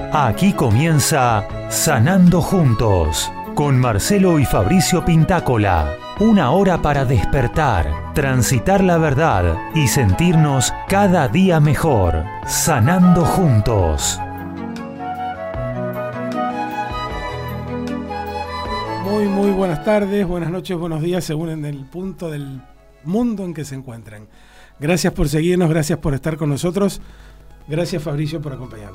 Aquí comienza Sanando Juntos, con Marcelo y Fabricio Pintácola. Una hora para despertar, transitar la verdad y sentirnos cada día mejor. Sanando Juntos. Muy buenas tardes, buenas noches, buenos días, según en el punto del mundo en que se encuentran. Gracias por seguirnos, gracias por estar con nosotros. Gracias, Fabricio, por acompañarme.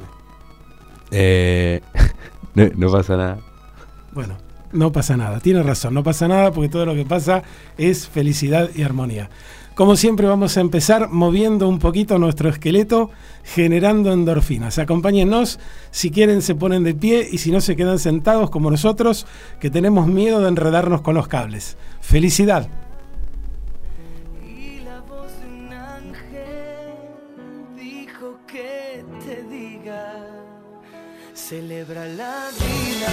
No pasa nada. Bueno, no pasa nada, tiene razón, no pasa nada porque todo lo que pasa es felicidad y armonía. Como siempre vamos a empezar moviendo un poquito nuestro esqueleto, generando endorfinas. Acompáñennos, si quieren se ponen de pie y si no se quedan sentados como nosotros, que tenemos miedo de enredarnos con los cables. ¡Felicidad! Y la voz de un ángel dijo que te diga, celebra la vida.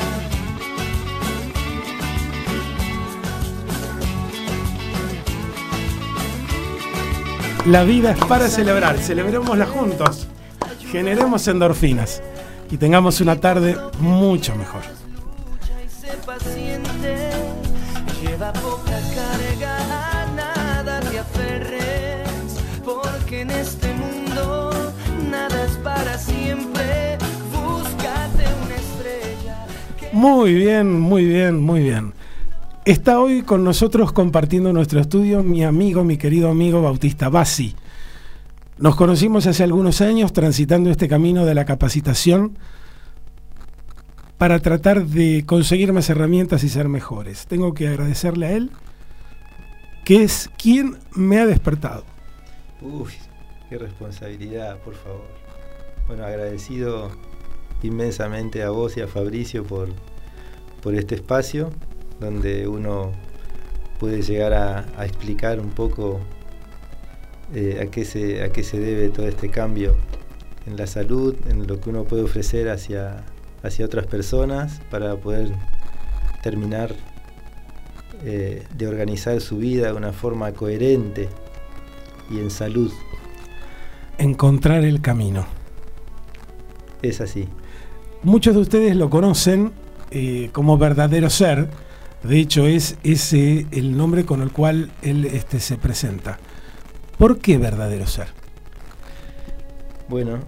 La vida es para celebrar, celebrémosla juntos, generemos endorfinas y tengamos una tarde mucho mejor. Escucha y sé paciente, lleva poca carga, a nada te aferres, porque en este mundo nada es para siempre, búscate una estrella. Muy bien. Está hoy con nosotros compartiendo nuestro estudio mi querido amigo Bautista Bassi. Nos conocimos hace algunos años transitando este camino de la capacitación para tratar de conseguir más herramientas y ser mejores. Tengo que agradecerle a él, que es quien me ha despertado. Uy, qué responsabilidad, por favor. Bueno, agradecido inmensamente a vos y a Fabricio por este espacio donde uno puede llegar a explicar un poco a qué se debe todo este cambio en la salud, en lo que uno puede ofrecer hacia otras personas para poder terminar de organizar su vida de una forma coherente y en salud. Encontrar el camino. Es así. Muchos de ustedes lo conocen como Verdadero Ser. De hecho, es ese el nombre con el cual él se presenta. ¿Por qué Verdadero Ser? Bueno,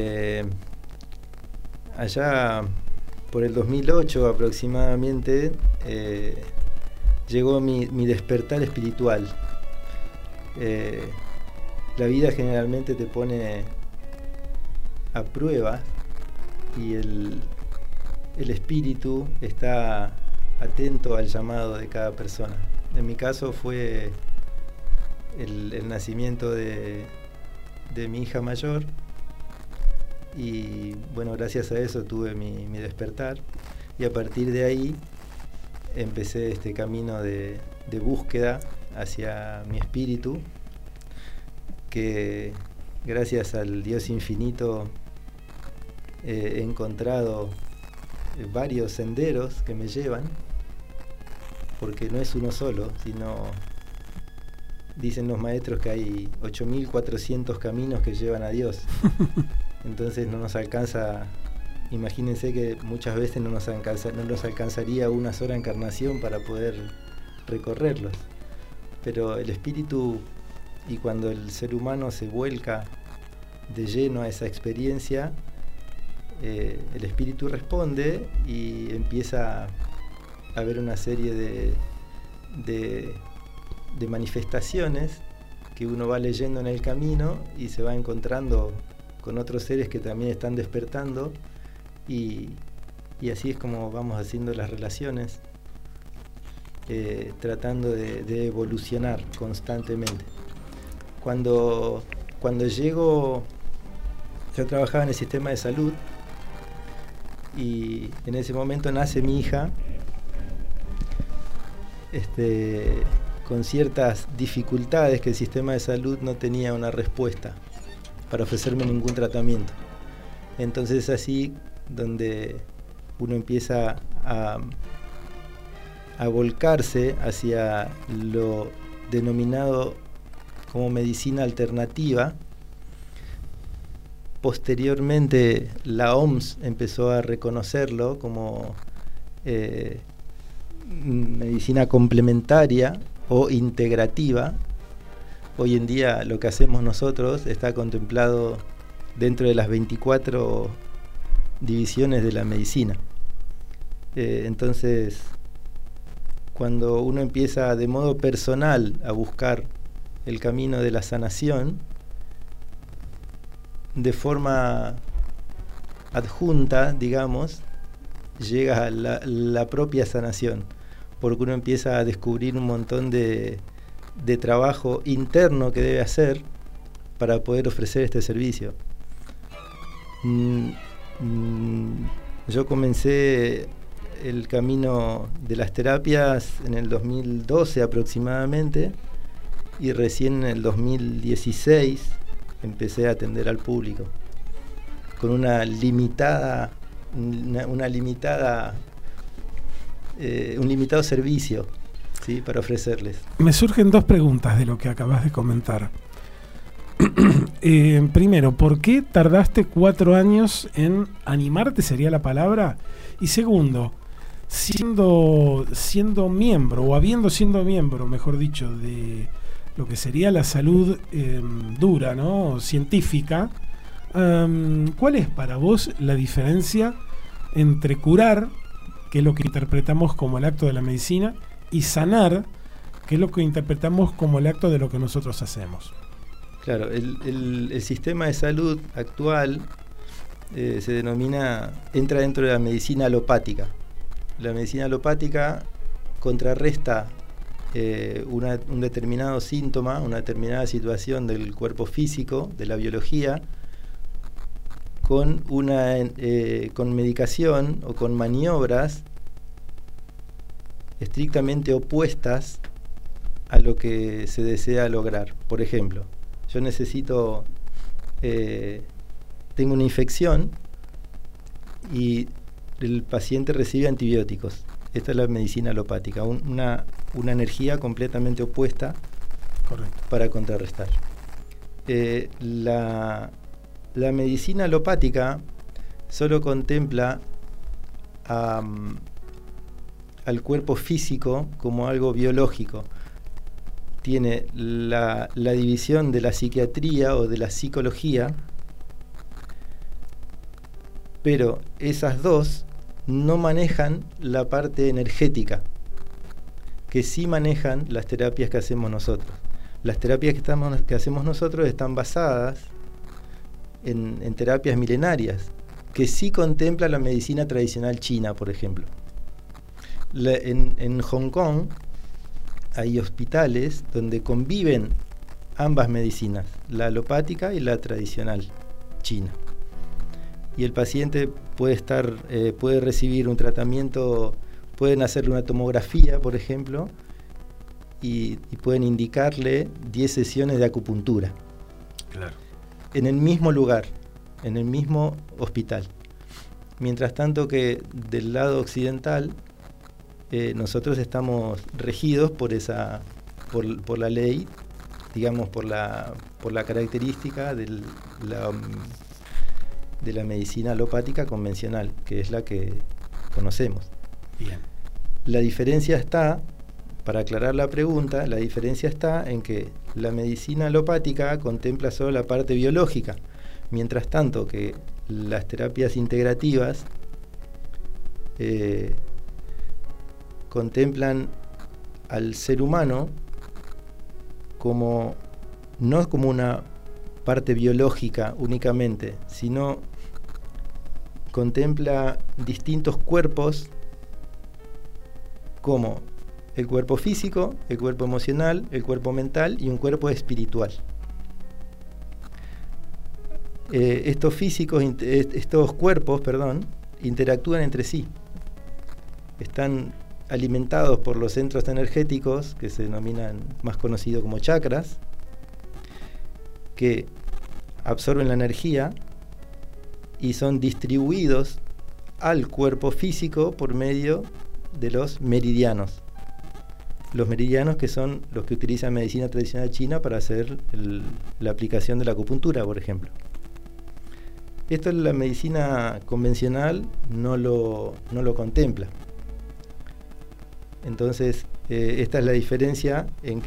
allá por el 2008 aproximadamente llegó mi despertar espiritual. La vida generalmente te pone a prueba y el espíritu está atento al llamado de cada persona. En mi caso fue el nacimiento de mi hija mayor y bueno, gracias a eso tuve mi despertar y a partir de ahí empecé este camino de búsqueda hacia mi espíritu, que gracias al Dios infinito he encontrado varios senderos que me llevan, porque no es uno solo, sino dicen los maestros que hay 8.400 caminos que llevan a Dios. Entonces no nos alcanza, imagínense que muchas veces no nos alcanzaría una sola encarnación para poder recorrerlos. Pero el espíritu, y cuando el ser humano se vuelca de lleno a esa experiencia, el espíritu responde y empieza a haber una serie de manifestaciones que uno va leyendo en el camino y se va encontrando con otros seres que también están despertando y así es como vamos haciendo las relaciones, tratando de evolucionar constantemente. Cuando llego, yo trabajaba en el sistema de salud y en ese momento nace mi hija con ciertas dificultades que el sistema de salud no tenía una respuesta para ofrecerme ningún tratamiento. Entonces es así donde uno empieza a volcarse hacia lo denominado como medicina alternativa, posteriormente la OMS empezó a reconocerlo como medicina complementaria o integrativa. Hoy en día lo que hacemos nosotros está contemplado dentro de las 24 divisiones de la medicina. Entonces, cuando uno empieza de modo personal a buscar el camino de la sanación, de forma adjunta, digamos, llega a la propia sanación, porque uno empieza a descubrir un montón de trabajo interno que debe hacer para poder ofrecer este servicio. Yo comencé el camino de las terapias en el 2012 aproximadamente, y recién en el 2016 empecé a atender al público con un limitado servicio, ¿sí?, para ofrecerles. Me surgen dos preguntas de lo que acabas de comentar. Primero, ¿por qué tardaste 4 años en animarte, sería la palabra? Y segundo, siendo miembro, o habiendo sido miembro, mejor dicho, de lo que sería la salud dura, ¿no?, científica, ¿cuál es para vos la diferencia entre curar, que es lo que interpretamos como el acto de la medicina, y sanar, que es lo que interpretamos como el acto de lo que nosotros hacemos? Claro, el sistema de salud actual se denomina, entra dentro de la medicina alopática. La medicina alopática contrarresta un determinado síntoma, una determinada situación del cuerpo físico, de la biología, con medicación o con maniobras estrictamente opuestas a lo que se desea lograr. Por ejemplo, yo necesito, tengo una infección y el paciente recibe antibióticos. Esta es la medicina alopática, una energía completamente opuesta. Correcto. Para contrarrestar. La medicina alopática solo contempla al cuerpo físico como algo biológico. Tiene la división de la psiquiatría o de la psicología, pero esas dos no manejan la parte energética, que sí manejan las terapias que hacemos nosotros. Las terapias que hacemos nosotros están basadas en terapias milenarias, que sí contempla la medicina tradicional china, por ejemplo. En Hong Kong hay hospitales donde conviven ambas medicinas, la alopática y la tradicional china. Y el paciente puede recibir un tratamiento, pueden hacerle una tomografía, por ejemplo, y pueden indicarle 10 sesiones de acupuntura. Claro. En el mismo lugar, en el mismo hospital. Mientras tanto que del lado occidental, nosotros estamos regidos por la ley, digamos, por la característica de la medicina alopática convencional, que es la que conocemos. Bien. La diferencia está, para aclarar la pregunta, la diferencia está en que la medicina alopática contempla solo la parte biológica, mientras tanto que las terapias integrativas contemplan al ser humano no como una parte biológica únicamente, sino contempla distintos cuerpos, como el cuerpo físico, el cuerpo emocional, el cuerpo mental y un cuerpo espiritual. Estos cuerpos, interactúan entre sí. Están alimentados por los centros energéticos que se denominan, más conocidos como chakras, que absorben la energía y son distribuidos al cuerpo físico por medio de los meridianos. Los meridianos, que son los que utiliza medicina tradicional china para hacer la aplicación de la acupuntura, por ejemplo. Esto la medicina convencional no lo contempla. Entonces, esta es la diferencia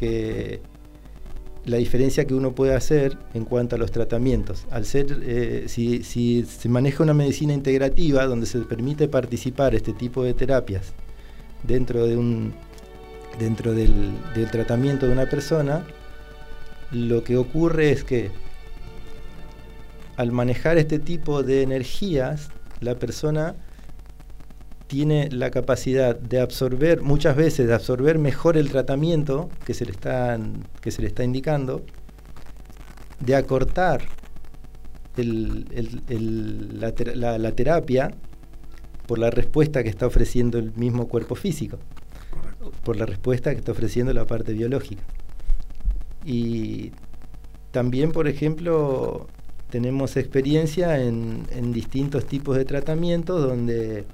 que uno puede hacer en cuanto a los tratamientos. Al ser, si se maneja una medicina integrativa donde se permite participar este tipo de terapias dentro del tratamiento de una persona, lo que ocurre es que al manejar este tipo de energías, la persona tiene la capacidad de absorber, muchas veces de absorber mejor el tratamiento que se le está indicando, de acortar la terapia por la respuesta que está ofreciendo el mismo cuerpo físico, por la respuesta que está ofreciendo la parte biológica. Y también, por ejemplo, tenemos experiencia en distintos tipos de tratamientos donde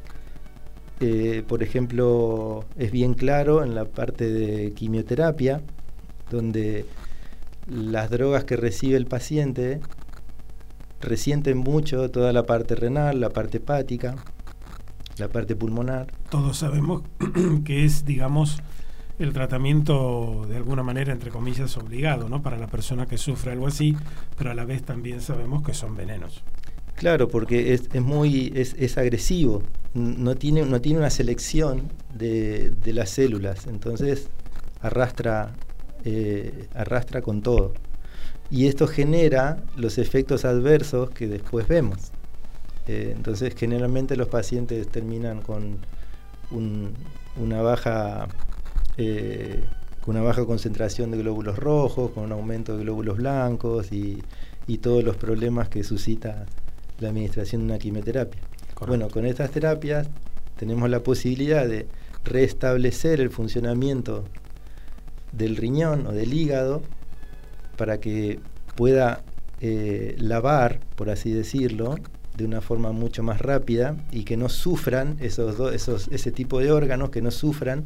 por ejemplo, es bien claro en la parte de quimioterapia, donde las drogas que recibe el paciente resienten mucho toda la parte renal, la parte hepática, la parte pulmonar. Todos sabemos que es, digamos, el tratamiento de alguna manera, entre comillas, obligado, ¿no?, para la persona que sufre algo así, pero a la vez también sabemos que son venenos. Claro, porque es agresivo, no tiene una selección de las células, entonces arrastra con todo. Y esto genera los efectos adversos que después vemos. Entonces generalmente los pacientes terminan con una baja concentración de glóbulos rojos, con un aumento de glóbulos blancos y todos los problemas que suscita la administración de una quimioterapia. Correcto. Bueno, con estas terapias tenemos la posibilidad de restablecer el funcionamiento del riñón o del hígado para que pueda lavar, por así decirlo, de una forma mucho más rápida y que no sufran ese tipo de órganos, que no sufran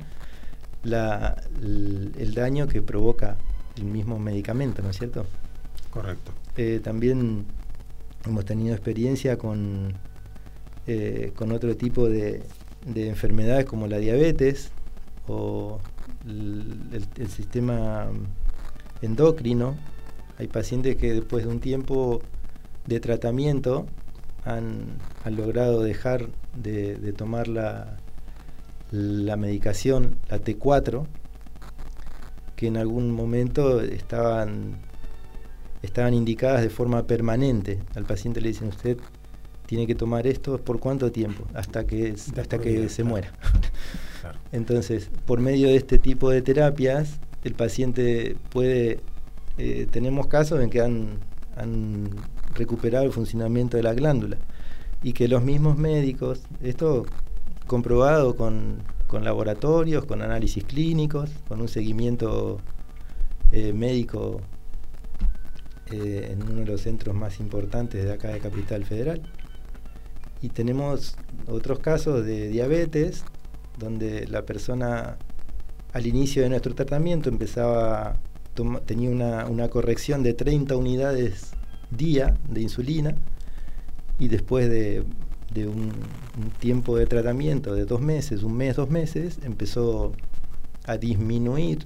el daño que provoca el mismo medicamento, ¿no es cierto? Correcto. También hemos tenido experiencia con otro tipo de enfermedades como la diabetes o el sistema endocrino. Hay pacientes que después de un tiempo de tratamiento han logrado dejar de tomar la medicación, la T4, que en algún momento estaban indicadas de forma permanente. Al paciente le dicen: usted tiene que tomar esto ¿por cuánto tiempo? Hasta que se muera. Claro. Entonces, por medio de este tipo de terapias, el paciente puede... tenemos casos en que han recuperado el funcionamiento de la glándula y que los mismos médicos, esto comprobado con laboratorios, con análisis clínicos, con un seguimiento médico en uno de los centros más importantes de acá de Capital Federal. Y tenemos otros casos de diabetes donde la persona al inicio de nuestro tratamiento tenía una corrección de 30 unidades día de insulina, y después de un tiempo de tratamiento de 2 meses, 1 mes, 2 meses, empezó a disminuir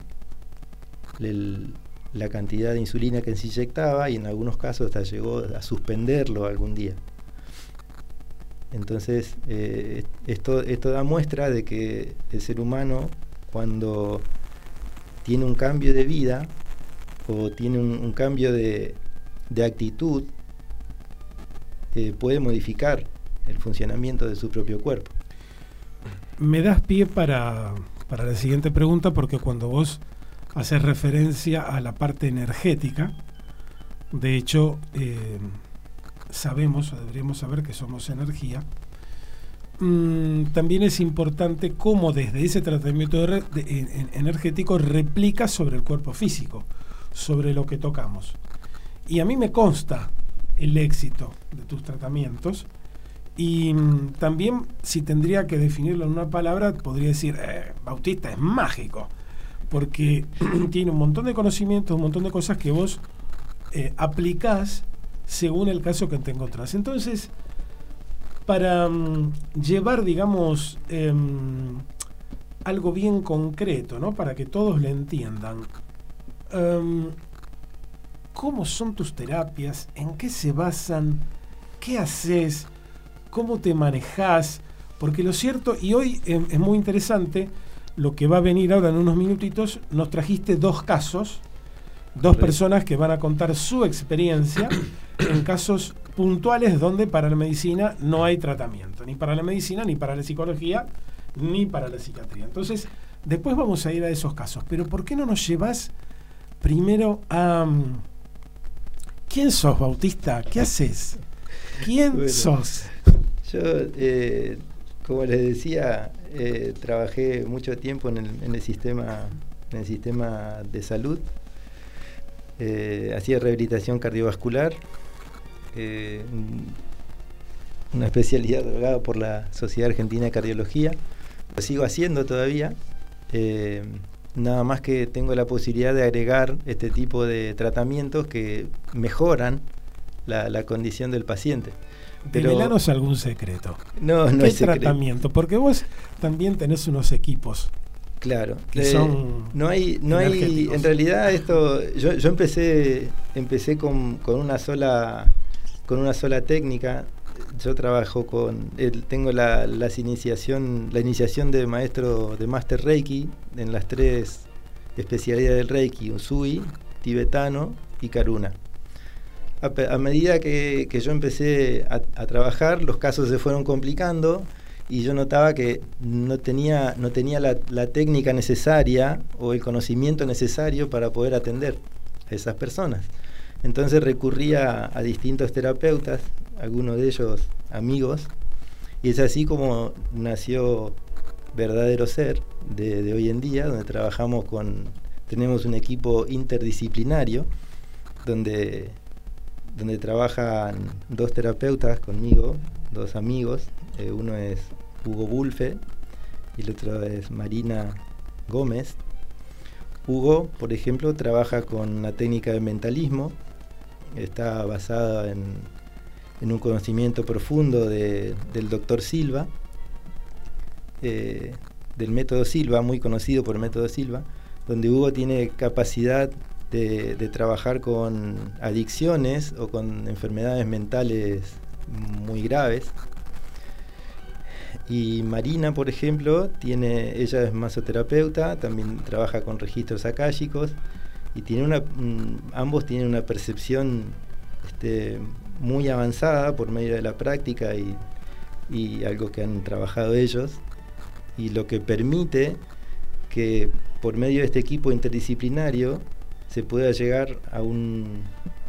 la cantidad de insulina que se inyectaba, y en algunos casos hasta llegó a suspenderlo algún día. Entonces esto da muestra de que el ser humano, cuando tiene un cambio de vida o tiene un cambio de actitud, puede modificar el funcionamiento de su propio cuerpo. Me das pie para la siguiente pregunta, porque cuando vos haces referencia a la parte energética, de hecho sabemos, o deberíamos saber, que somos energía. También es importante cómo desde ese tratamiento energético replica sobre el cuerpo físico, sobre lo que tocamos. Y a mí me consta el éxito de tus tratamientos, y también, si tendría que definirlo en una palabra, podría decir Bautista es mágico, porque tiene un montón de conocimientos, un montón de cosas que vos aplicás según el caso que te encontrás. Entonces, para llevar, digamos, algo bien concreto, ¿no? Para que todos le entiendan, ¿cómo son tus terapias? ¿En qué se basan? ¿Qué haces? ¿Cómo te manejás? Porque lo cierto, y hoy es muy interesante, lo que va a venir ahora en unos minutitos, nos trajiste 2 casos, 2 personas que van a contar su experiencia en casos puntuales donde para la medicina no hay tratamiento, ni para la medicina, ni para la psicología, ni para la psiquiatría. Entonces, después vamos a ir a esos casos, pero ¿por qué no nos llevas primero a... ¿Quién sos, Bautista? ¿Qué haces? ¿Quién sos? Yo, como les decía, trabajé mucho tiempo en el sistema de salud. Hacía rehabilitación cardiovascular, una especialidad otorgada por la Sociedad Argentina de Cardiología. Lo sigo haciendo todavía, nada más que tengo la posibilidad de agregar este tipo de tratamientos que mejoran la condición del paciente. Develanos algún secreto. No ¿Qué es secreto. tratamiento? Porque vos también tenés unos equipos. Claro, que son no hay en realidad esto. Yo empecé con una sola técnica. Yo trabajo tengo la iniciación de maestro de Master Reiki en las 3 especialidades del Reiki: Usui, tibetano y Karuna. A medida que yo empecé a trabajar, los casos se fueron complicando y yo notaba que no tenía la técnica necesaria o el conocimiento necesario para poder atender a esas personas. Entonces recurría a distintos terapeutas, algunos de ellos amigos, y es así como nació Verdadero Ser de hoy en día, donde tenemos un equipo interdisciplinario donde trabajan 2 terapeutas conmigo, 2 amigos. Uno es Hugo Bulfe y el otro es Marina Gómez. Hugo, por ejemplo, trabaja con una técnica de mentalismo. Está basada en un conocimiento profundo del doctor Silva, del método Silva, muy conocido por el método Silva, donde Hugo tiene capacidad de trabajar con adicciones o con enfermedades mentales muy graves. Y Marina, por ejemplo, ella es masoterapeuta, también trabaja con registros akáshicos y ambos tienen una percepción muy avanzada por medio de la práctica y algo que han trabajado ellos, y lo que permite que por medio de este equipo interdisciplinario se pueda llegar a un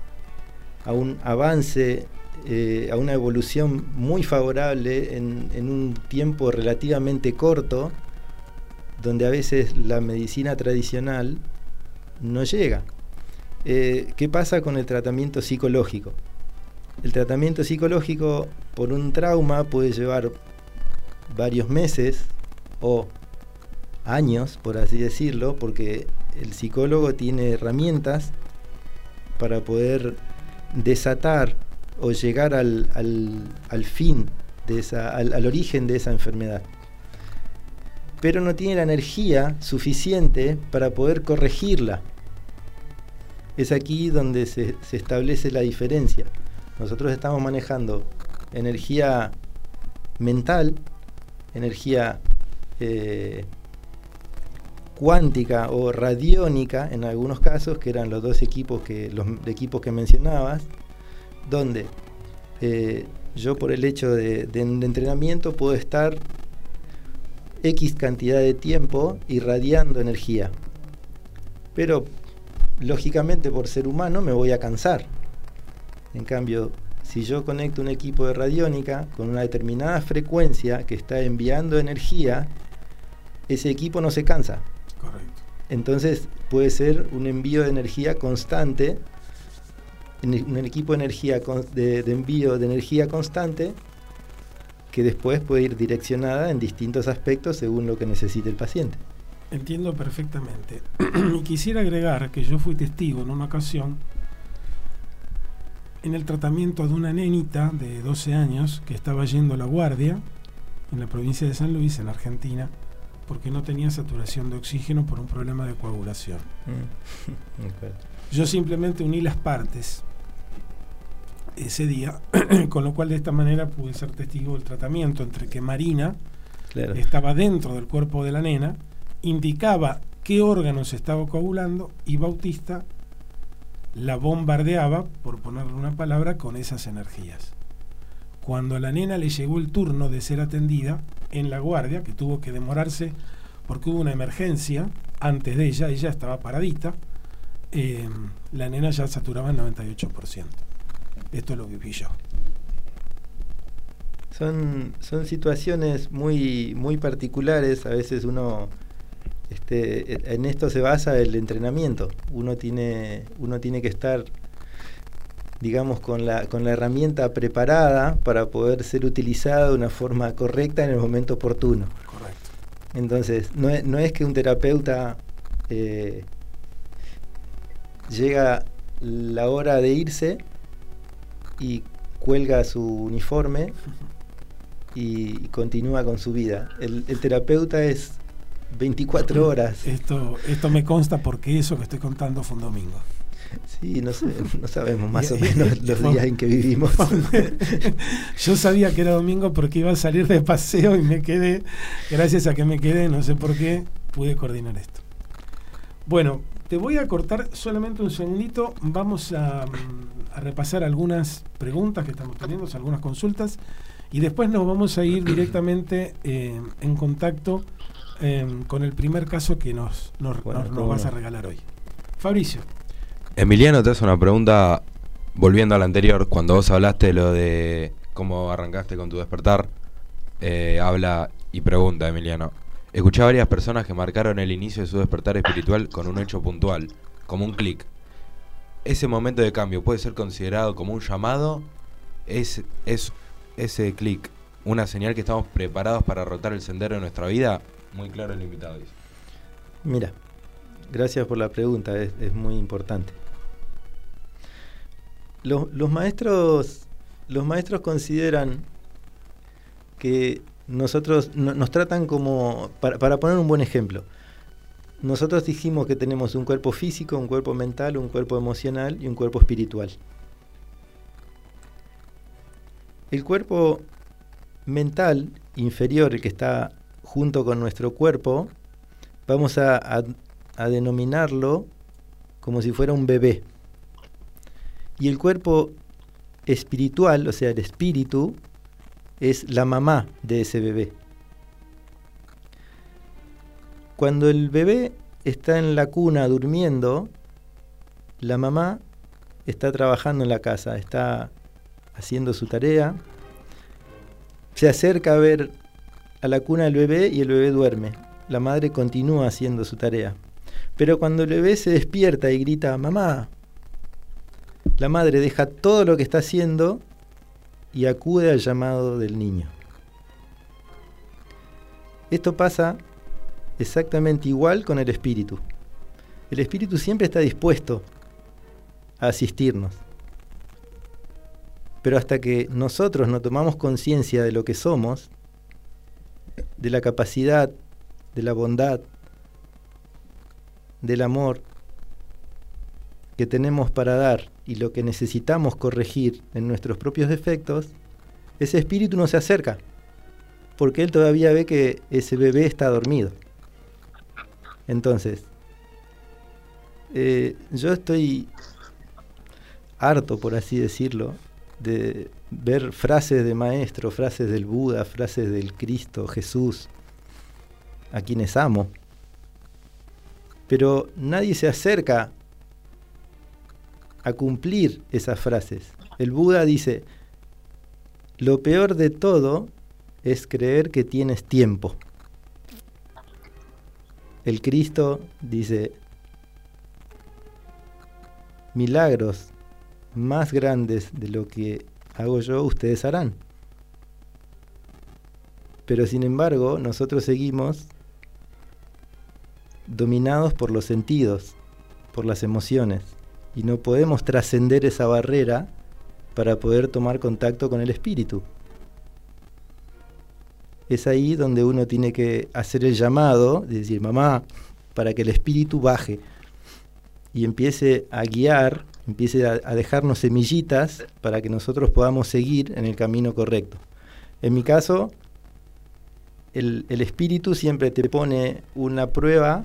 avance, a una evolución muy favorable en un tiempo relativamente corto, donde a veces la medicina tradicional no llega. ¿Qué pasa con el tratamiento psicológico? El tratamiento psicológico por un trauma puede llevar varios meses o años, por así decirlo, porque el psicólogo tiene herramientas para poder desatar o llegar al fin al origen de esa enfermedad, pero no tiene la energía suficiente para poder corregirla. Es aquí donde se establece la diferencia. Nosotros estamos manejando energía mental, energía cuántica o radiónica en algunos casos, que eran los 2 equipos que mencionabas, donde yo, por el hecho de entrenamiento, puedo estar X cantidad de tiempo irradiando energía, pero lógicamente por ser humano me voy a cansar. En cambio, si yo conecto un equipo de radiónica con una determinada frecuencia que está enviando energía, ese equipo no se cansa. Correcto. Entonces puede ser un envío de energía constante, un equipo de energía de envío de energía constante, que después puede ir direccionada en distintos aspectos según lo que necesite el paciente. Entiendo perfectamente. Y quisiera agregar que yo fui testigo en una ocasión en el tratamiento de una nenita de 12 años que estaba yendo a la guardia en la provincia de San Luis, en Argentina, porque no tenía saturación de oxígeno por un problema de coagulación. Okay. Yo simplemente uní las partes ese día, con lo cual de esta manera pude ser testigo del tratamiento entre que Marina estaba dentro del cuerpo de la nena, indicaba qué órganos estaba coagulando y Bautista la bombardeaba, por ponerle una palabra, con esas energías. Cuando a la nena le llegó el turno de ser atendida en la guardia, que tuvo que demorarse porque hubo una emergencia antes de ella estaba paradita, la nena ya saturaba el 98%. Esto lo viví yo. Son situaciones muy, muy particulares. A veces uno en esto se basa el entrenamiento. Uno tiene que estar, digamos, con la herramienta preparada para poder ser utilizada de una forma correcta en el momento oportuno. Correcto. Entonces, no es que un terapeuta llega la hora de irse y cuelga su uniforme y continúa con su vida. El terapeuta es 24 horas. Esto me consta porque eso que estoy contando fue un domingo. Sí, no sabemos más o menos los días en que vivimos. Yo sabía que era domingo porque iba a salir de paseo y me quedé, gracias a que me quedé, no sé por qué, pude coordinar esto. Bueno, te voy a cortar solamente un segundito, vamos a repasar algunas preguntas que estamos teniendo, algunas consultas, y después nos vamos a ir directamente en contacto con el primer caso que nos vas a regalar hoy. Fabricio. Emiliano te hace una pregunta, volviendo a la anterior, cuando vos hablaste lo de cómo arrancaste con tu despertar, habla y pregunta Emiliano. Escuché a varias personas que marcaron el inicio de su despertar espiritual con un hecho puntual, como un clic. ¿Ese momento de cambio puede ser considerado como un llamado? ¿Es ese clic una señal que estamos preparados para rotar el sendero de nuestra vida? Muy claro el invitado dice. Mira, gracias por la pregunta, es muy importante. Los maestros consideran que nosotros nos tratan como, para poner un buen ejemplo, nosotros dijimos que tenemos un cuerpo físico, un cuerpo mental, un cuerpo emocional y un cuerpo espiritual. El cuerpo mental inferior, el que está junto con nuestro cuerpo, vamos a denominarlo como si fuera un bebé. Y el cuerpo espiritual, o sea, el espíritu, es la mamá de ese bebé. Cuando el bebé está en la cuna durmiendo, la mamá está trabajando en la casa, está haciendo su tarea, se acerca a ver a la cuna del bebé y el bebé duerme. La madre continúa haciendo su tarea. Pero cuando el bebé se despierta y grita "mamá", la madre deja todo lo que está haciendo y acude al llamado del niño. Esto pasa exactamente igual con el espíritu. El espíritu siempre está dispuesto a asistirnos. Pero hasta que nosotros no tomamos conciencia de lo que somos, de la capacidad, de la bondad, del amor que tenemos para dar y lo que necesitamos corregir en nuestros propios defectos, ese espíritu no se acerca, porque él todavía ve que ese bebé está dormido. Entonces, yo estoy harto, por así decirlo, de ver frases de maestro, frases del Buda, frases del Cristo, Jesús, a quienes amo. Pero nadie se acerca a cumplir esas frases. El Buda dice: lo peor de todo es creer que tienes tiempo. El Cristo dice: milagros más grandes de lo que hago yo, ustedes harán. Pero sin embargo, nosotros seguimos dominados por los sentidos, por las emociones, y no podemos trascender esa barrera para poder tomar contacto con el espíritu. Es ahí donde uno tiene que hacer el llamado, de decir, mamá, para que el espíritu baje y empiece a guiar, empiece a dejarnos semillitas para que nosotros podamos seguir en el camino correcto. En mi caso, el espíritu siempre te pone una prueba.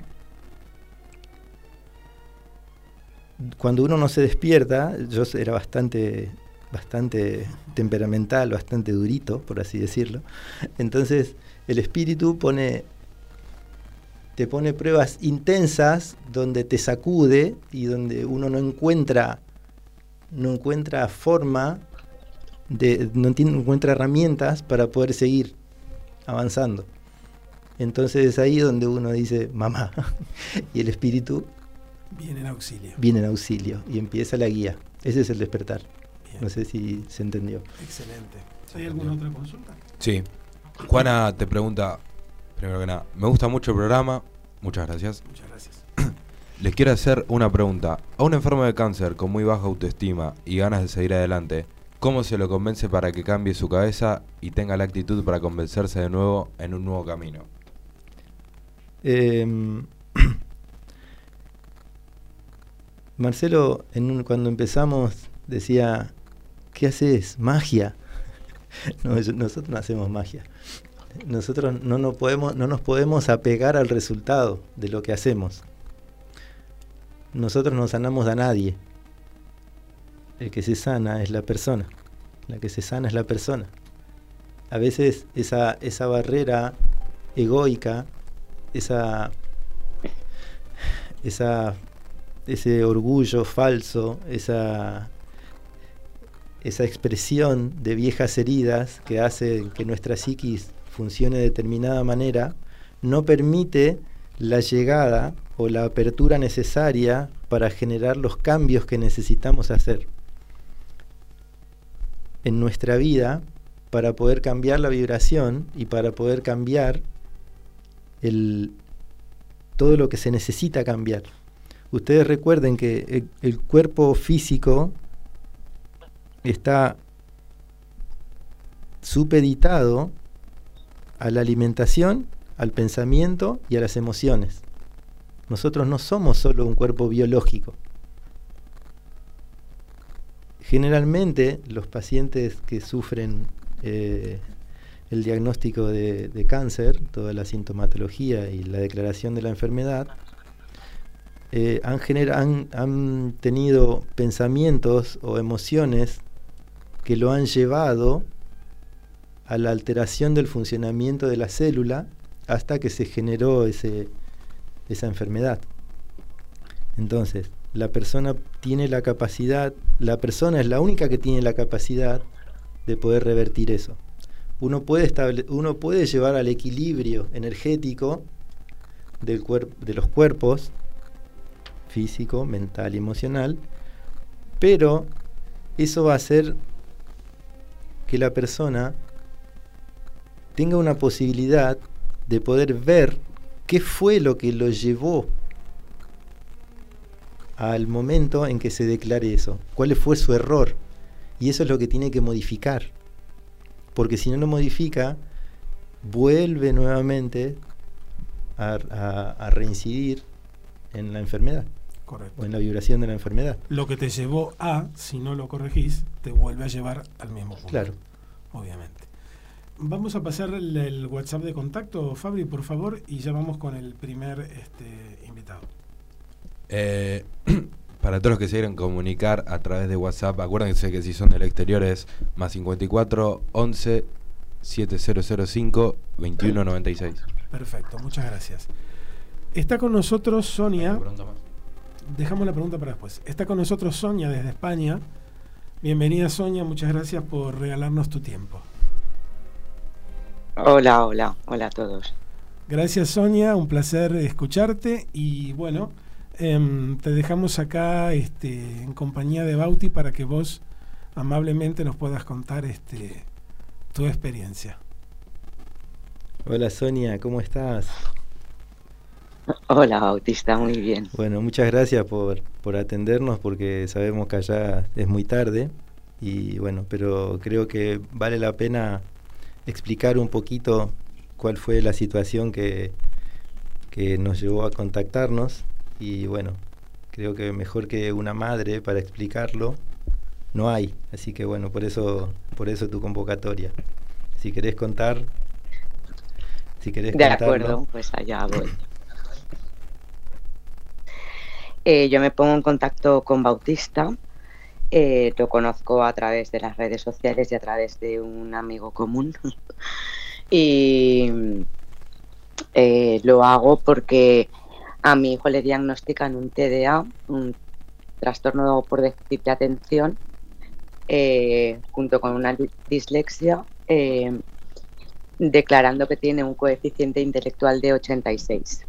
Cuando uno no se despierta, yo era bastante temperamental, bastante durito, por así decirlo. Entonces, el espíritu te pone pruebas intensas donde te sacude y donde uno no encuentra forma, no encuentra herramientas para poder seguir avanzando. Entonces es ahí donde uno dice, mamá, y el espíritu viene en auxilio y empieza la guía. Ese es el despertar. Bien. No sé si se entendió. Excelente. ¿Hay alguna otra consulta? Sí. Juana te pregunta, primero que nada, me gusta mucho el programa, muchas gracias. Muchas gracias. Les quiero hacer una pregunta. A un enfermo de cáncer con muy baja autoestima y ganas de seguir adelante, ¿cómo se lo convence para que cambie su cabeza y tenga la actitud para convencerse de nuevo en un nuevo camino? Marcelo, cuando empezamos, decía, ¿qué haces? Magia. No, nosotros no hacemos magia. Nosotros no nos podemos apegar al resultado de lo que hacemos. Nosotros no sanamos a nadie. El que se sana es la persona. La que se sana es la persona. A veces esa barrera egoica, ese orgullo falso, esa expresión de viejas heridas que hace que nuestra psiquis funcione de determinada manera, no permite la llegada o la apertura necesaria para generar los cambios que necesitamos hacer en nuestra vida para poder cambiar la vibración y para poder cambiar todo lo que se necesita cambiar. Ustedes recuerden que el cuerpo físico está supeditado a la alimentación, al pensamiento y a las emociones. Nosotros no somos solo un cuerpo biológico. Generalmente los pacientes que sufren el diagnóstico de cáncer, toda la sintomatología y la declaración de la enfermedad, han tenido pensamientos o emociones que lo han llevado a la alteración del funcionamiento de la célula hasta que se generó esa enfermedad. Entonces, la persona tiene la capacidad, la persona es la única que tiene la capacidad de poder revertir eso. Uno puede llevar al equilibrio energético de los cuerpos físico, mental y emocional, pero eso va a hacer que la persona tenga una posibilidad de poder ver qué fue lo que lo llevó al momento en que se declare eso, cuál fue su error, y eso es lo que tiene que modificar, porque si no lo modifica, vuelve nuevamente a reincidir en la enfermedad. Correcto. O en la vibración de la enfermedad. Lo que te llevó si no lo corregís, te vuelve a llevar al mismo punto. Claro. Obviamente. Vamos a pasar el WhatsApp de contacto, Fabri, por favor, y ya vamos con el primer invitado. Para todos los que se quieren comunicar a través de WhatsApp, acuérdense que si son del exterior es más 54 11 7005 2196. Perfecto, muchas gracias. Está con nosotros Sonia. Dejamos la pregunta para después. Está con nosotros Sonia desde España. Bienvenida, Sonia, muchas gracias por regalarnos tu tiempo. Hola a todos. Gracias, Sonia, un placer escucharte y bueno, te dejamos acá en compañía de Bauti para que vos amablemente nos puedas contar tu experiencia. Hola, Sonia, ¿cómo estás? Hola, Bautista, muy bien. Bueno, muchas gracias por atendernos porque sabemos que allá es muy tarde Y bueno, pero creo que vale la pena explicar un poquito cuál fue la situación que nos llevó a contactarnos. Y bueno, creo que mejor que una madre para explicarlo no hay. Así que bueno, por eso tu convocatoria. Si querés contar, De acuerdo, pues allá voy. Yo me pongo en contacto con Bautista. Lo conozco a través de las redes sociales y a través de un amigo común. Y lo hago porque a mi hijo le diagnostican un TDA, un trastorno por déficit de atención, junto con una dislexia, declarando que tiene un coeficiente intelectual de 86.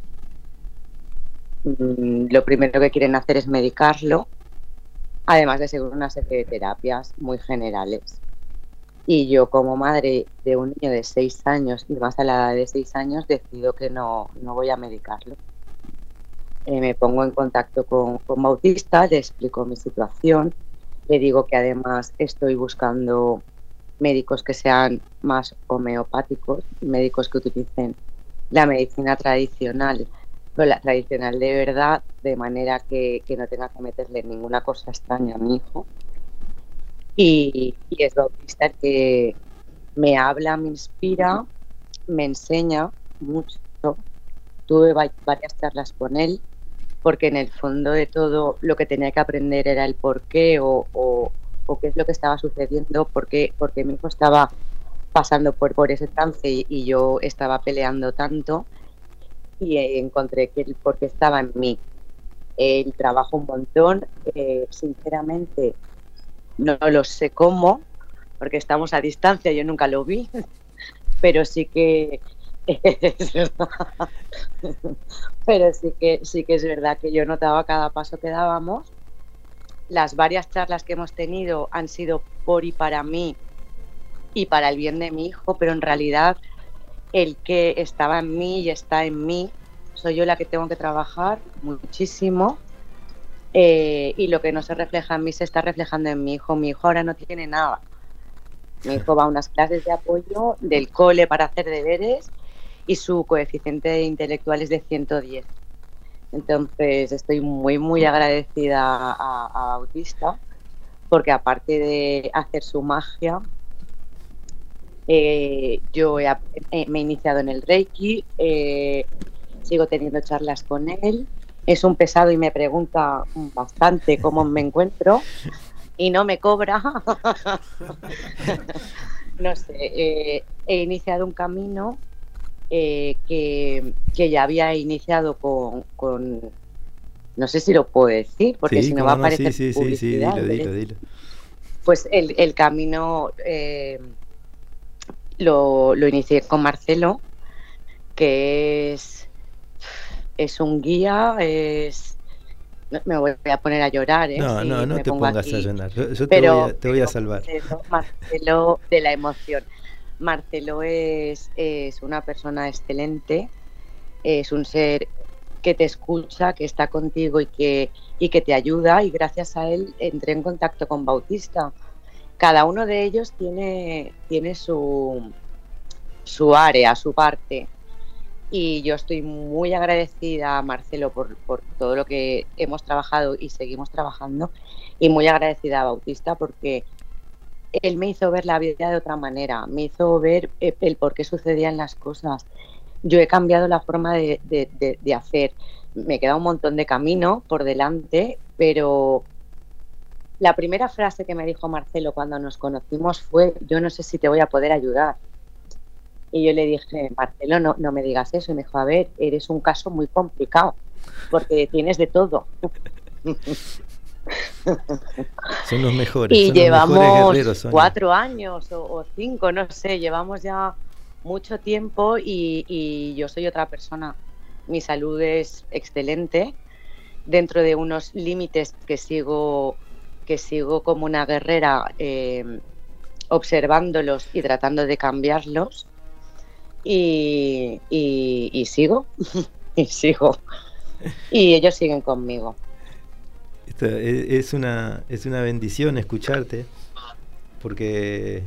Lo primero que quieren hacer es medicarlo, además de seguir una serie de terapias muy generales. Y yo, como madre de un niño de 6 años y más a la edad de 6 años, decido que no voy a medicarlo. Me pongo en contacto con Bautista, le explico mi situación, le digo que además estoy buscando médicos que sean más homeopáticos, médicos que utilicen la medicina tradicional, pero la tradicional de verdad, de manera que no tenga que meterle ninguna cosa extraña a mi hijo. Y es Bautista el que me habla, me inspira, me enseña mucho. Tuve varias charlas con él, porque en el fondo de todo lo que tenía que aprender era el por qué o qué es lo que estaba sucediendo, por qué mi hijo estaba pasando por ese trance y yo estaba peleando tanto, y encontré que el por qué estaba en mí. Él trabaja un montón, sinceramente no lo sé cómo, porque estamos a distancia, yo nunca lo vi, pero sí que es verdad. Pero sí que es verdad que yo notaba cada paso que dábamos. Las varias charlas que hemos tenido han sido por y para mí y para el bien de mi hijo, pero en realidad el que estaba en mí y está en mí soy yo la que tengo que trabajar muchísimo. Y lo que no se refleja en mí se está reflejando en mi hijo. Mi hijo ahora no tiene nada. Mi hijo va a unas clases de apoyo del cole para hacer deberes y su coeficiente intelectual es de 110. Entonces estoy muy, muy agradecida a Bautista, porque aparte de hacer su magia, yo me he iniciado en el Reiki, sigo teniendo charlas con él. Es un pesado y me pregunta bastante cómo me encuentro y no me cobra. No sé, he iniciado un camino que ya había iniciado con no sé si lo puedo decir, porque sí, si no va a aparecer publicidad. Sí, dilo. Pues el camino lo inicié con Marcelo, que es un guía, me voy a poner a llorar, No te pongas aquí a llorar. Yo te voy a salvar. Marcelo de la emoción. Marcelo es una persona excelente, es un ser que te escucha, que está contigo y que te ayuda, y gracias a él entré en contacto con Bautista. Cada uno de ellos tiene su área, su parte. Y yo estoy muy agradecida a Marcelo por todo lo que hemos trabajado y seguimos trabajando, y muy agradecida a Bautista porque él me hizo ver la vida de otra manera, me hizo ver el por qué sucedían las cosas. Yo he cambiado la forma de hacer. Me queda un montón de camino por delante, pero la primera frase que me dijo Marcelo cuando nos conocimos fue: yo no sé si te voy a poder ayudar. Y yo le dije: Marcelo, no me digas eso. Y me dijo: a ver, eres un caso muy complicado, porque tienes de todo. Son los mejores. Y son llevamos los mejores guerreros, 4 años o 5, no sé, llevamos ya mucho tiempo y yo soy otra persona. Mi salud es excelente, dentro de unos límites que sigo como una guerrera, observándolos y tratando de cambiarlos. Y sigo y sigo, y ellos siguen conmigo. Esto es una bendición escucharte, porque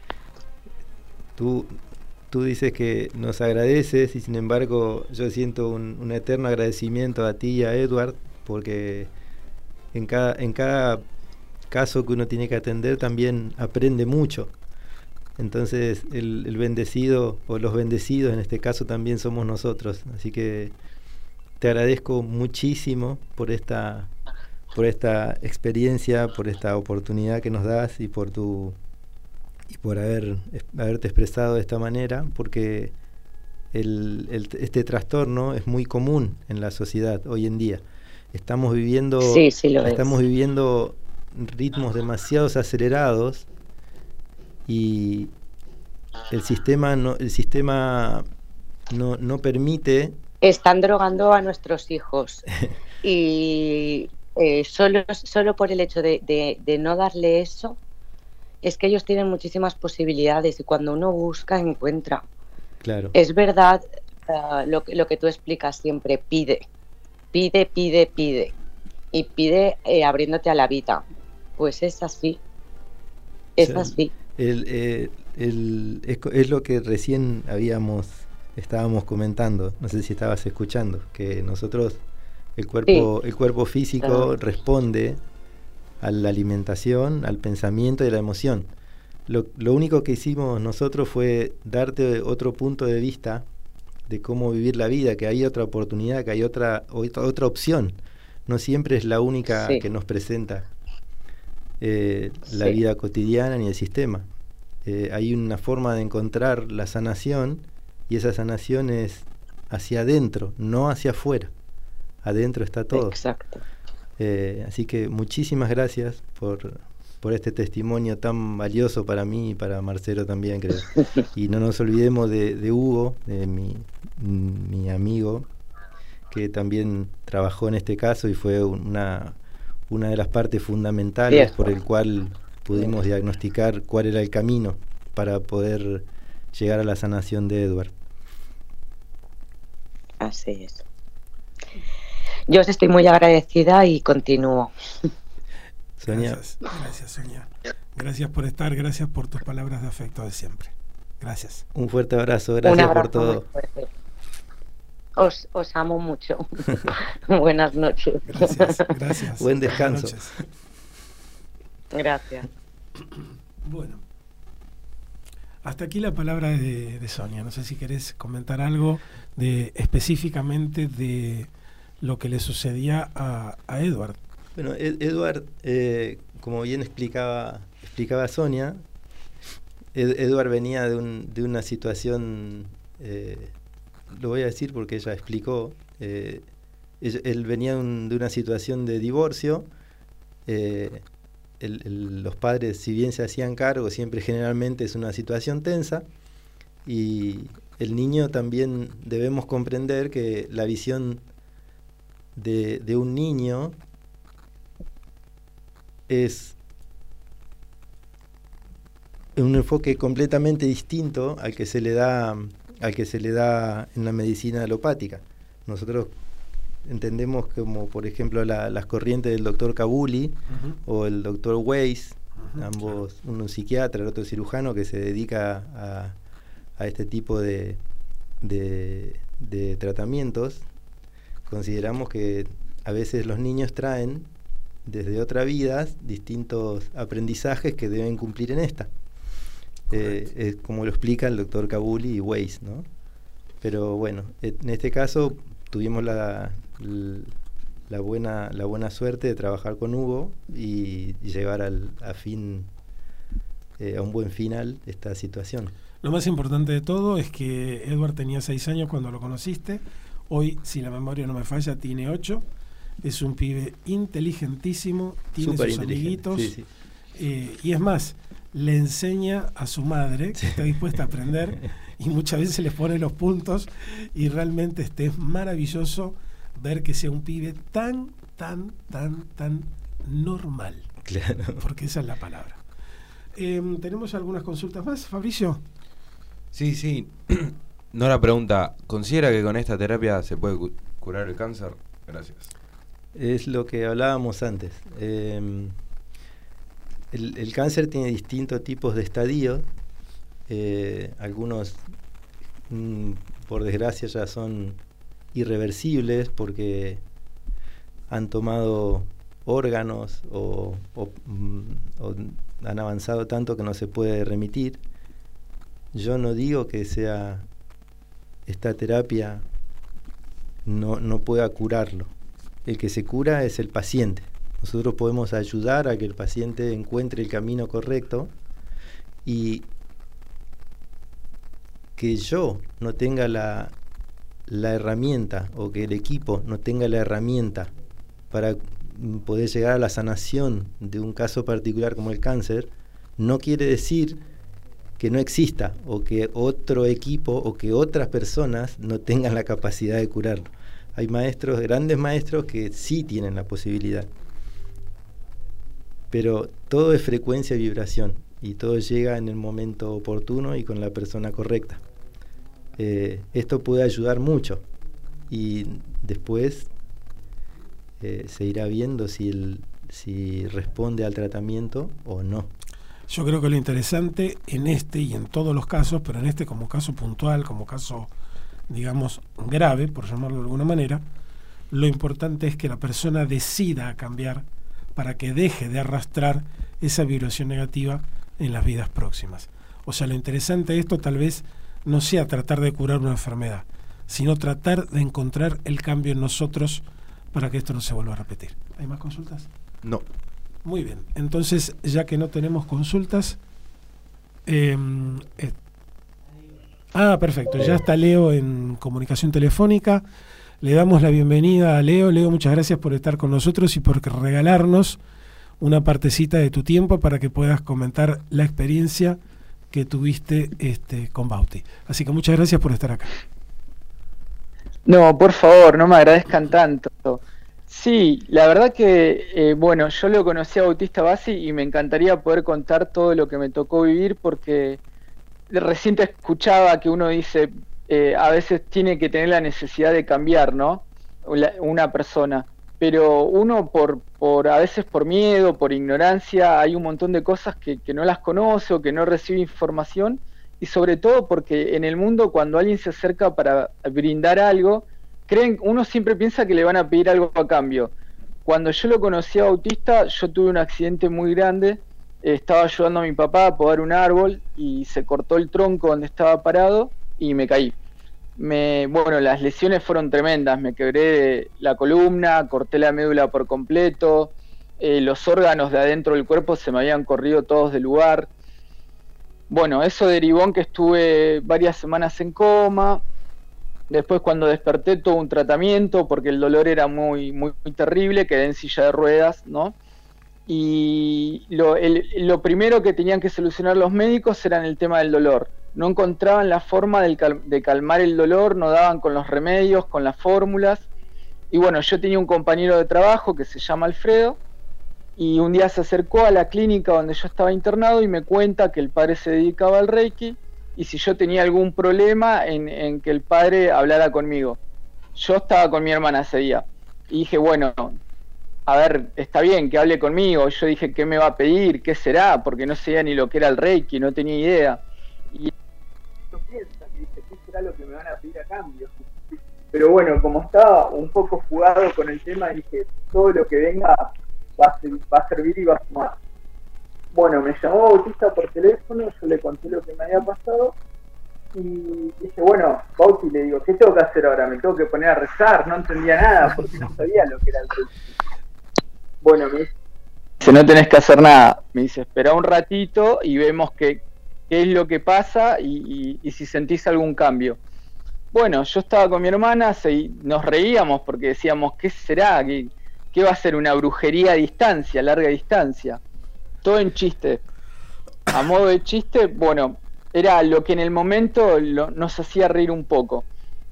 tú dices que nos agradeces y sin embargo yo siento un eterno agradecimiento a ti y a Edward, porque en cada caso que uno tiene que atender también aprende mucho. Entonces el bendecido o los bendecidos en este caso también somos nosotros. Así que te agradezco muchísimo por esta experiencia, por esta oportunidad que nos das y por haberte expresado de esta manera, porque este trastorno es muy común en la sociedad hoy en día. Estamos viviendo ritmos demasiado acelerados y el sistema no permite. Están drogando a nuestros hijos y solo por el hecho de no darle eso, es que ellos tienen muchísimas posibilidades y cuando uno busca encuentra. Claro. Es verdad lo que tú explicas siempre, pide y pide abriéndote a la vida. Pues es así, así. Es lo que recién estábamos comentando, no sé si estabas escuchando, que nosotros, el cuerpo físico responde a la alimentación, al pensamiento y a la emoción. Lo único que hicimos nosotros fue darte otro punto de vista de cómo vivir la vida, que hay otra oportunidad, que hay otra opción. No siempre es la única que nos presenta la vida cotidiana ni el sistema. Hay una forma de encontrar la sanación y esa sanación es hacia adentro, no hacia afuera. Adentro está todo. Exacto. Así que muchísimas gracias por este testimonio tan valioso para mí y para Marcelo también, creo. Y no nos olvidemos de Hugo, de mi amigo, que también trabajó en este caso y fue una de las partes fundamentales por el cual pudimos diagnosticar cuál era el camino para poder llegar a la sanación de Edward. Así es. Yo os estoy muy agradecida y continúo. Sonia. Gracias, Sonia. Gracias por estar, gracias por tus palabras de afecto de siempre. Gracias. Un fuerte abrazo, gracias por todo. Os amo mucho. Buenas noches. Gracias. Buen descanso. Gracias. Bueno, hasta aquí la palabra de Sonia. No sé si querés comentar algo específicamente de lo que le sucedía a Edward. Bueno, Edward, como bien explicaba Sonia, Edward venía de una situación, lo voy a decir porque ella explicó, él venía de una situación de divorcio. Los padres, si bien se hacían cargo, siempre generalmente es una situación tensa, y el niño también debemos comprender que la visión de un niño es un enfoque completamente distinto al que se le da en la medicina alopática. Nosotros entendemos como, por ejemplo, las corrientes del doctor Kabuli o el doctor Weiss, ambos, uno un psiquiatra, el otro cirujano, que se dedica a este tipo de tratamientos. Consideramos que a veces los niños traen desde otras vidas distintos aprendizajes que deben cumplir en esta. Es como lo explica el doctor Kabuli y Weiss, ¿no? Pero bueno, en este caso tuvimos la buena suerte de trabajar con Hugo y llevar a un buen final esta situación. Lo más importante de todo es que Edward tenía 6 años cuando lo conociste. Hoy, si la memoria no me falla, tiene 8. Es un pibe inteligentísimo, tiene sus amiguitos. Sí. Y es más, le enseña a su madre, que está dispuesta a aprender, y muchas veces les pone los puntos, y realmente es maravilloso ver que sea un pibe tan normal. Claro. Porque esa es la palabra. ¿Tenemos algunas consultas más, Fabricio? Sí. Nora pregunta, ¿considera que con esta terapia se puede curar el cáncer? Gracias. Es lo que hablábamos antes. el cáncer tiene distintos tipos de estadios. Algunos, por desgracia, ya son irreversibles porque han tomado órganos o han avanzado tanto que no se puede remitir. Yo no digo que esta terapia no pueda curarlo. El que se cura es el paciente. Nosotros podemos ayudar a que el paciente encuentre el camino correcto, y que yo no tenga la herramienta, o que el equipo no tenga la herramienta para poder llegar a la sanación de un caso particular como el cáncer, no quiere decir que no exista, o que otro equipo o que otras personas no tengan la capacidad de curarlo. Hay maestros, grandes maestros, que sí tienen la posibilidad, pero todo es frecuencia y vibración, y todo llega en el momento oportuno y con la persona correcta. Esto puede ayudar mucho, y después se irá viendo si responde al tratamiento o no. Yo creo que lo interesante en este y en todos los casos, pero en este como caso puntual, como caso, digamos, grave, por llamarlo de alguna manera, lo importante es que la persona decida cambiar para que deje de arrastrar esa vibración negativa en las vidas próximas. O sea, lo interesante de esto tal vez no sea tratar de curar una enfermedad, sino tratar de encontrar el cambio en nosotros para que esto no se vuelva a repetir. ¿Hay más consultas? No. Muy bien, entonces ya que no tenemos consultas, perfecto, ya está Leo en comunicación telefónica. Le damos la bienvenida a Leo. Leo, muchas gracias por estar con nosotros y por regalarnos una partecita de tu tiempo para que puedas comentar la experiencia que tuviste con Bauti. Así que muchas gracias por estar acá. No, por favor, no me agradezcan tanto. Sí, la verdad que, bueno, yo lo conocí a Bautista Bassi y me encantaría poder contar todo lo que me tocó vivir, porque recién te escuchaba que uno dice, a veces tiene que tener la necesidad de cambiar, ¿no? Una persona. Pero uno a veces por miedo, por ignorancia, hay un montón de cosas que no las conoce o que no recibe información, y sobre todo porque en el mundo cuando alguien se acerca para brindar algo, uno siempre piensa que le van a pedir algo a cambio. Cuando yo lo conocí a Bautista, yo tuve un accidente muy grande, estaba ayudando a mi papá a podar un árbol y se cortó el tronco donde estaba parado y me caí. Bueno, las lesiones fueron tremendas, me quebré la columna, corté la médula por completo, los órganos de adentro del cuerpo se me habían corrido todos del lugar. Bueno, eso derivó en que estuve varias semanas en coma. Después, cuando desperté, tuve un tratamiento porque el dolor era muy, muy, muy terrible, quedé en silla de ruedas, ¿no? Y lo primero que tenían que solucionar los médicos era el tema del dolor. No encontraban la forma de calmar el dolor, no daban con los remedios, con las fórmulas. Y bueno, yo tenía un compañero de trabajo que se llama Alfredo, y un día se acercó a la clínica donde yo estaba internado y me cuenta que el padre se dedicaba al Reiki, y si yo tenía algún problema en que el padre hablara conmigo. Yo estaba con mi hermana ese día y dije, bueno, a ver, está bien que hable conmigo. Yo dije, ¿qué me va a pedir? ¿Qué será? Porque no sabía ni lo que era el Reiki, no tenía idea. Y yo pienso, y dije, ¿qué será lo que me van a pedir a cambio? Pero bueno, como estaba un poco jugado con el tema, dije, todo lo que venga va a servir y va a sumar. Bueno, me llamó Bautista por teléfono, yo le conté lo que me había pasado y dije, bueno, Bauti, le digo, ¿qué tengo que hacer ahora? Me tengo que poner a rezar, no entendía nada porque no sabía lo que era el Reiki. Bueno, me dice, no tenés que hacer nada. Me dice, espera un ratito y vemos qué es lo que pasa y si sentís algún cambio. Bueno, yo estaba con mi hermana, nos reíamos porque decíamos, ¿qué será? ¿Qué va a ser? ¿Una brujería a distancia, larga distancia? Todo en chiste. A modo de chiste, bueno, era lo que en el momento nos hacía reír un poco.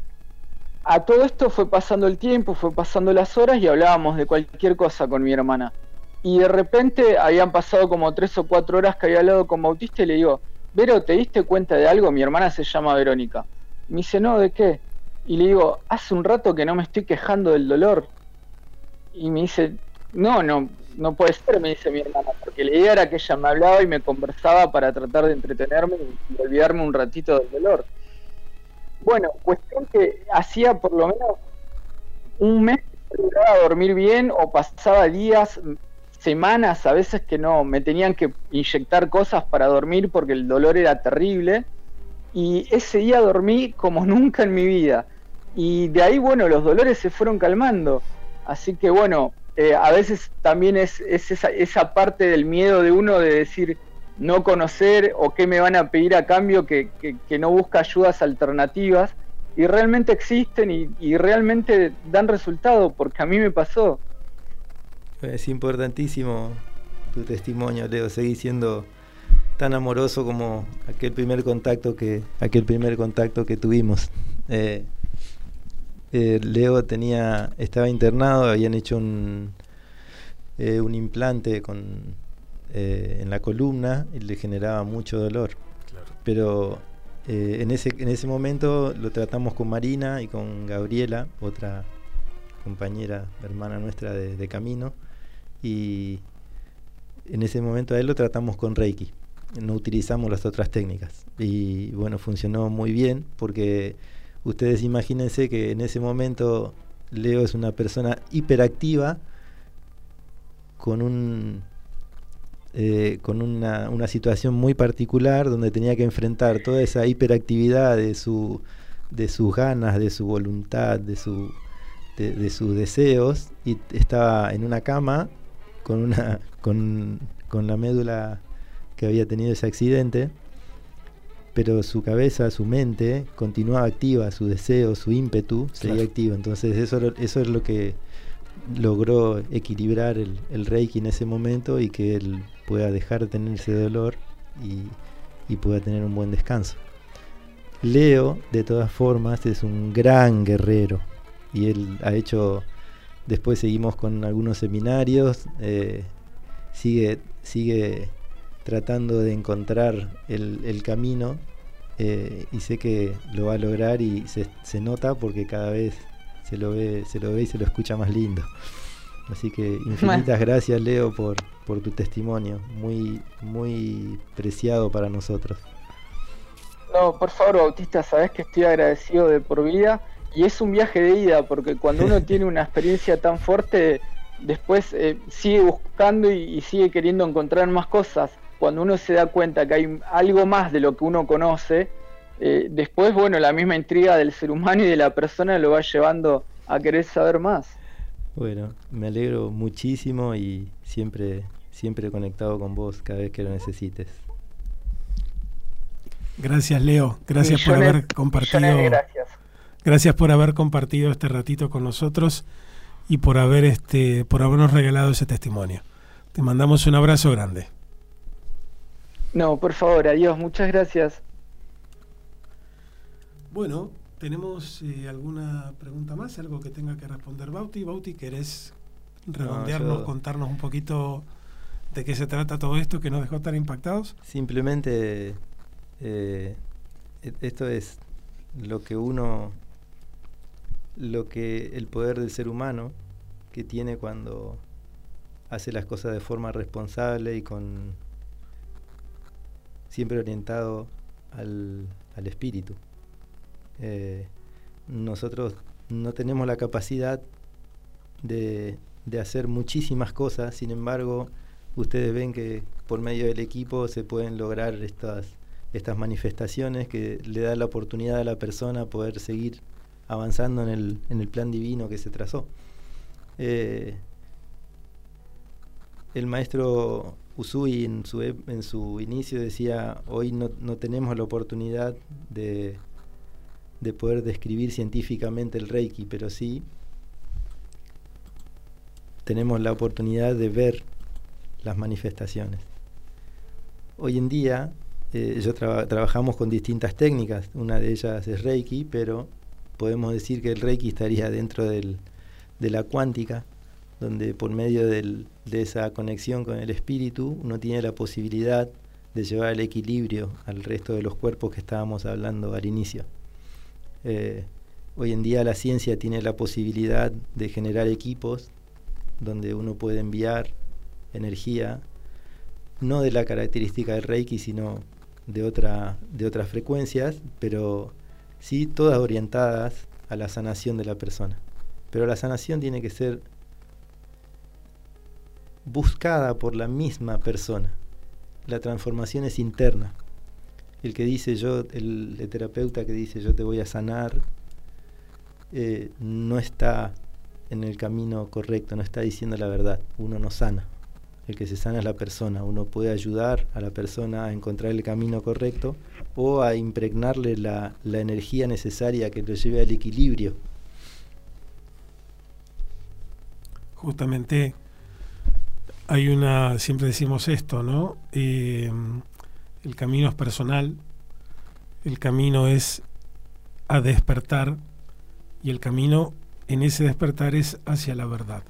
A todo esto fue pasando el tiempo, fue pasando las horas y hablábamos de cualquier cosa con mi hermana. Y de repente habían pasado como 3 o 4 horas que había hablado con Bautista y le digo, Vero, ¿te diste cuenta de algo? Mi hermana se llama Verónica. Me dice, no, ¿de qué? Y le digo, hace un rato que no me estoy quejando del dolor. Y me dice, no, no puede ser, me dice mi hermana, porque la idea era que ella me hablaba y me conversaba para tratar de entretenerme y olvidarme un ratito del dolor. Bueno, cuestión que hacía por lo menos un mes que lograba dormir bien, o pasaba días, semanas a veces que no, me tenían que inyectar cosas para dormir porque el dolor era terrible, y ese día dormí como nunca en mi vida, y de ahí, bueno, los dolores se fueron calmando. Así que bueno, a veces también es esa parte del miedo de uno de decir no conocer o qué me van a pedir a cambio, que no busca ayudas alternativas, y realmente existen y realmente dan resultado, porque a mí me pasó. Es importantísimo tu testimonio, Leo. Seguí siendo tan amoroso como aquel primer contacto que tuvimos. Leo estaba internado, habían hecho un implante en la columna y le generaba mucho dolor. Claro. Pero en ese momento lo tratamos con Marina y con Gabriela, otra compañera, hermana nuestra de camino, y en ese momento a él lo tratamos con Reiki. No utilizamos las otras técnicas y bueno, funcionó muy bien, porque ustedes imagínense que en ese momento Leo es una persona hiperactiva con una situación muy particular, donde tenía que enfrentar toda esa hiperactividad de sus ganas, de su voluntad, de sus deseos, y estaba en una cama con la médula que había tenido ese accidente, pero su cabeza, su mente continuaba activa, su deseo, su ímpetu seguía activo. Entonces eso es lo que logró equilibrar el Reiki en ese momento, y que él pueda dejar de tener ese dolor y pueda tener un buen descanso. Leo, de todas formas, es un gran guerrero, y él ha hecho, después seguimos con algunos seminarios, sigue tratando de encontrar el camino, y sé que lo va a lograr, y se nota porque cada vez se lo ve y se lo escucha más lindo. Así que infinitas gracias, Leo, por tu testimonio, muy, muy preciado para nosotros. No, por favor, Bautista, sabes que estoy agradecido de por vida, y es un viaje de ida, porque cuando uno tiene una experiencia tan fuerte, después sigue buscando y sigue queriendo encontrar más cosas. Cuando uno se da cuenta que hay algo más de lo que uno conoce, después, bueno, la misma intriga del ser humano y de la persona lo va llevando a querer saber más. Bueno, me alegro muchísimo, y siempre conectado con vos cada vez que lo necesites. Gracias, Leo. Gracias por haber compartido. Gracias por haber compartido este ratito con nosotros y por habernos regalado ese testimonio. Te mandamos un abrazo grande. No, por favor, adiós, muchas gracias. Bueno, ¿tenemos alguna pregunta más? ¿Algo que tenga que responder Bauti? Bauti, ¿querés redondearnos, contarnos un poquito de qué se trata todo esto que nos dejó tan impactados? Simplemente esto es lo que el poder del ser humano que tiene cuando hace las cosas de forma responsable y siempre orientado al espíritu. Nosotros no tenemos la capacidad de hacer muchísimas cosas, sin embargo, ustedes ven que por medio del equipo se pueden lograr estas manifestaciones que le da la oportunidad a la persona poder seguir avanzando en el plan divino que se trazó. El maestro Usui en su inicio decía: hoy no tenemos la oportunidad de poder describir científicamente el Reiki, pero sí tenemos la oportunidad de ver las manifestaciones. Hoy en día trabajamos con distintas técnicas, una de ellas es Reiki, pero podemos decir que el Reiki estaría dentro de la cuántica, donde por medio de esa conexión con el espíritu uno tiene la posibilidad de llevar el equilibrio al resto de los cuerpos que estábamos hablando al inicio. Hoy en día la ciencia tiene la posibilidad de generar equipos donde uno puede enviar energía, no de la característica del Reiki, sino de otras frecuencias, pero sí todas orientadas a la sanación de la persona. Pero la sanación tiene que ser buscada por la misma persona. La transformación es interna. El que dice el terapeuta que dice yo te voy a sanar, no está en el camino correcto, no está diciendo la verdad. Uno no sana. El que se sana es la persona. Uno puede ayudar a la persona a encontrar el camino correcto o a impregnarle la energía necesaria que lo lleve al equilibrio. Justamente siempre decimos esto, ¿no? El camino es personal, el camino es a despertar, y el camino en ese despertar es hacia la verdad.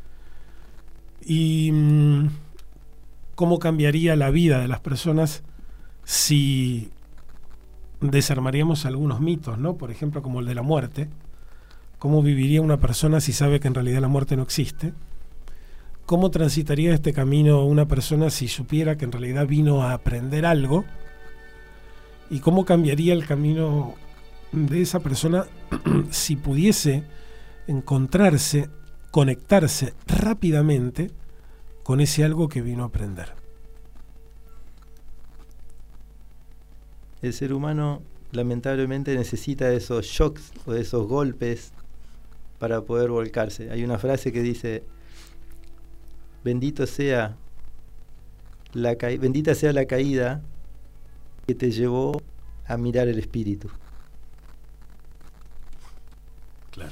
Y cómo cambiaría la vida de las personas si desarmaríamos algunos mitos, ¿no? Por ejemplo, como el de la muerte. ¿Cómo viviría una persona si sabe que en realidad la muerte no existe? ¿Cómo transitaría este camino una persona si supiera que en realidad vino a aprender algo? ¿Y cómo cambiaría el camino de esa persona si pudiese encontrarse, conectarse rápidamente con ese algo que vino a aprender? El ser humano lamentablemente necesita esos shocks o esos golpes para poder volcarse. Hay una frase que dice: bendita sea la caída que te llevó a mirar el espíritu. Claro.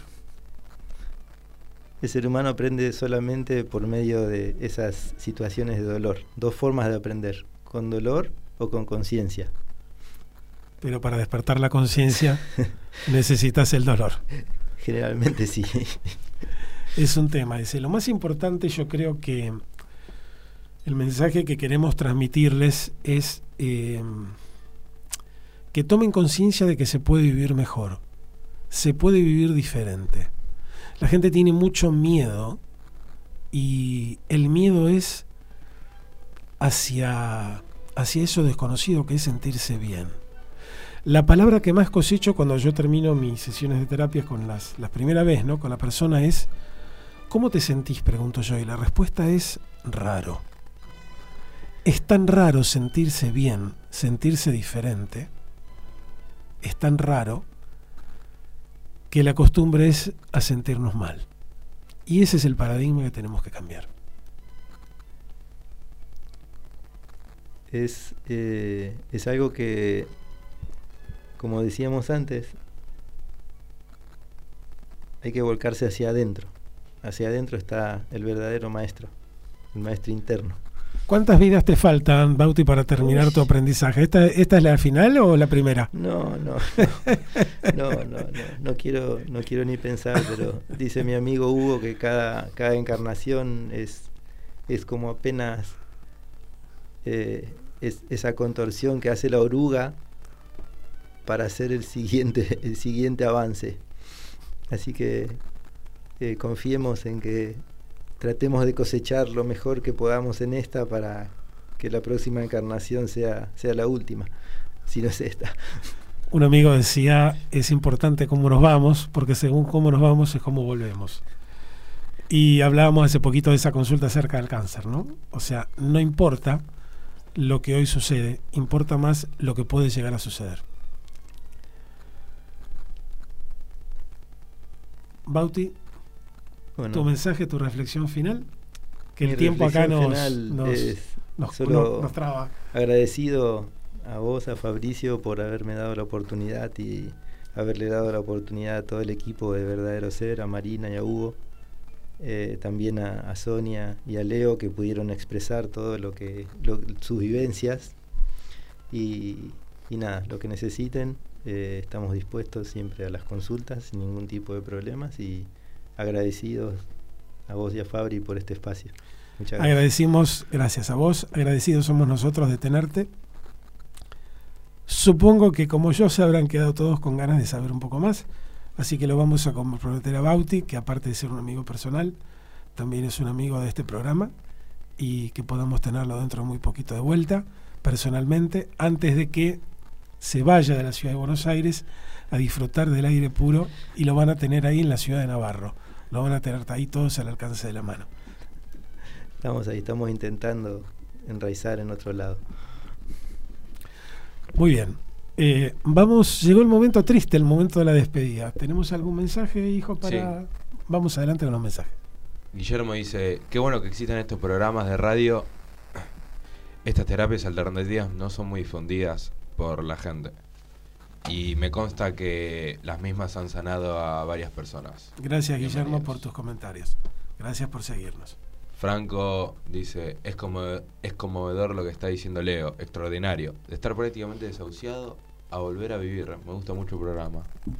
El ser humano aprende solamente por medio de esas situaciones de dolor. Dos formas de aprender: con dolor o con conciencia. Pero para despertar la conciencia necesitas el dolor. Generalmente sí. Es un tema ese. Lo más importante, yo creo que el mensaje que queremos transmitirles es que tomen conciencia de que se puede vivir mejor, se puede vivir diferente. La gente tiene mucho miedo, y el miedo es hacia eso desconocido que es sentirse bien. La palabra que más cosecho cuando yo termino mis sesiones de terapia con las primera vez, ¿no? Con la persona es: ¿cómo te sentís?, pregunto yo, y la respuesta es: raro. Es tan raro sentirse bien, sentirse diferente. Es tan raro que la costumbre es a sentirnos mal. Y ese es el paradigma que tenemos que cambiar. Es algo que, como decíamos antes, hay que volcarse hacia adentro. Hacia adentro está el verdadero maestro, el maestro interno. ¿Cuántas vidas te faltan, Bauti, para terminar tu aprendizaje? ¿Esta es la final o la primera? No quiero ni pensar, pero dice mi amigo Hugo que cada encarnación es como apenas esa contorsión que hace la oruga para hacer el siguiente avance. Así que confiemos en que tratemos de cosechar lo mejor que podamos en esta para que la próxima encarnación sea la última, si no es esta. Un amigo decía: es importante cómo nos vamos, porque según cómo nos vamos es cómo volvemos. Y hablábamos hace poquito de esa consulta acerca del cáncer, ¿no? O sea, no importa lo que hoy sucede, importa más lo que puede llegar a suceder. Bauti, bueno, tu mensaje, tu reflexión final, que el tiempo acá nos traba. Agradecido a vos, a Fabricio, por haberme dado la oportunidad y haberle dado la oportunidad a todo el equipo de Verdadero Ser, a Marina y a Hugo, también a Sonia y a Leo, que pudieron expresar todo sus vivencias, y nada, lo que necesiten, estamos dispuestos siempre a las consultas sin ningún tipo de problemas, y agradecidos a vos y a Fabri por este espacio. Muchas gracias. Agradecimos, gracias a vos, agradecidos somos nosotros de tenerte. Supongo que como yo se habrán quedado todos con ganas de saber un poco más, así que lo vamos a comprometer a Bauti, que aparte de ser un amigo personal, también es un amigo de este programa, y que podamos tenerlo dentro de muy poquito de vuelta, personalmente, antes de que se vaya de la ciudad de Buenos Aires a disfrutar del aire puro, y lo van a tener ahí en la ciudad de Navarro. Lo van a tener ahí todos al alcance de la mano. Estamos ahí, estamos intentando enraizar en otro lado. Muy bien. Llegó el momento triste, el momento de la despedida. ¿Tenemos algún mensaje, hijo, para...? Sí. Vamos adelante con los mensajes. Guillermo dice, qué bueno que existan estos programas de radio. Estas terapias alternativas no son muy difundidas por la gente. Y me consta que las mismas han sanado a varias personas. Gracias, Guillermo, por tus comentarios. Gracias por seguirnos. Franco dice, es conmovedor lo que está diciendo Leo, extraordinario. De estar prácticamente desahuciado a volver a vivir. Me gusta mucho el programa.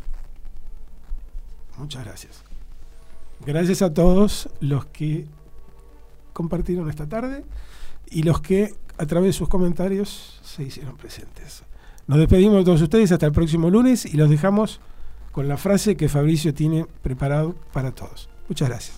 Muchas gracias. Gracias a todos los que compartieron esta tarde y los que a través de sus comentarios se hicieron presentes. Nos despedimos de todos ustedes hasta el próximo lunes y los dejamos con la frase que Fabricio tiene preparado para todos. Muchas gracias.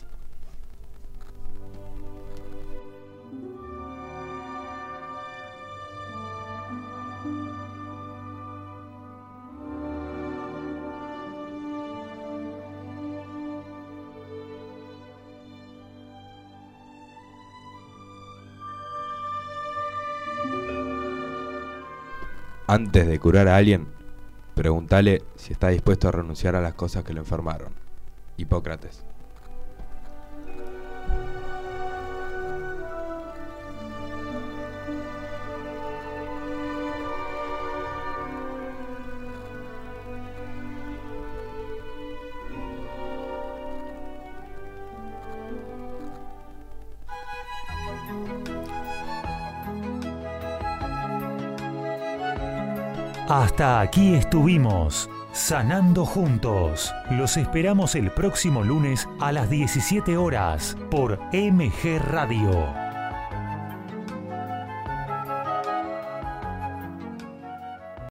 Antes de curar a alguien, pregúntale si está dispuesto a renunciar a las cosas que lo enfermaron. Hipócrates. Hasta aquí estuvimos, sanando juntos. Los esperamos el próximo lunes a las 17 horas por MG Radio.